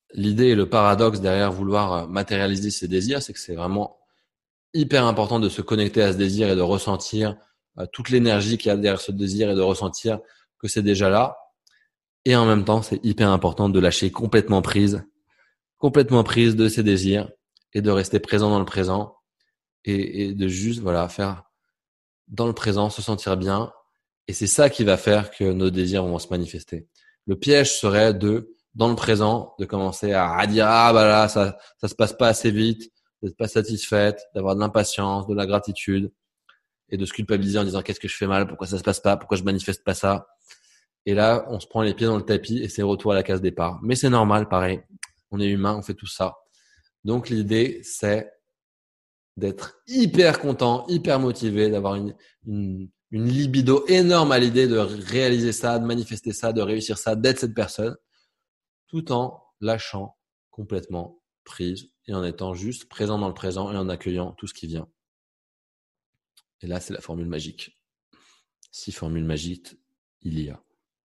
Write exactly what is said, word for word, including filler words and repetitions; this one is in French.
l'idée et le paradoxe derrière vouloir matérialiser ses désirs, c'est que c'est vraiment hyper important de se connecter à ce désir et de ressentir euh, toute l'énergie qu'il y a derrière ce désir et de ressentir que c'est déjà là. Et en même temps, c'est hyper important de lâcher complètement prise, complètement prise de ses désirs et de rester présent dans le présent et, et de juste, voilà, faire dans le présent, se sentir bien. Et c'est ça qui va faire que nos désirs vont se manifester. Le piège serait de, dans le présent, de commencer à, à dire, ah, bah là, ça, ça se passe pas assez vite, d'être pas satisfaite, d'avoir de l'impatience, de la gratitude et de se culpabiliser en disant, qu'est-ce que je fais mal? Pourquoi ça se passe pas? Pourquoi je manifeste pas ça? Et là, on se prend les pieds dans le tapis et c'est retour à la case départ. Mais c'est normal, pareil. On est humain, on fait tout ça. Donc, l'idée, c'est d'être hyper content, hyper motivé, d'avoir une, une, une libido énorme à l'idée de réaliser ça, de manifester ça, de réussir ça, d'être cette personne, tout en lâchant complètement prise et en étant juste présent dans le présent et en accueillant tout ce qui vient. Et là, c'est la formule magique. Si formule magique il y a.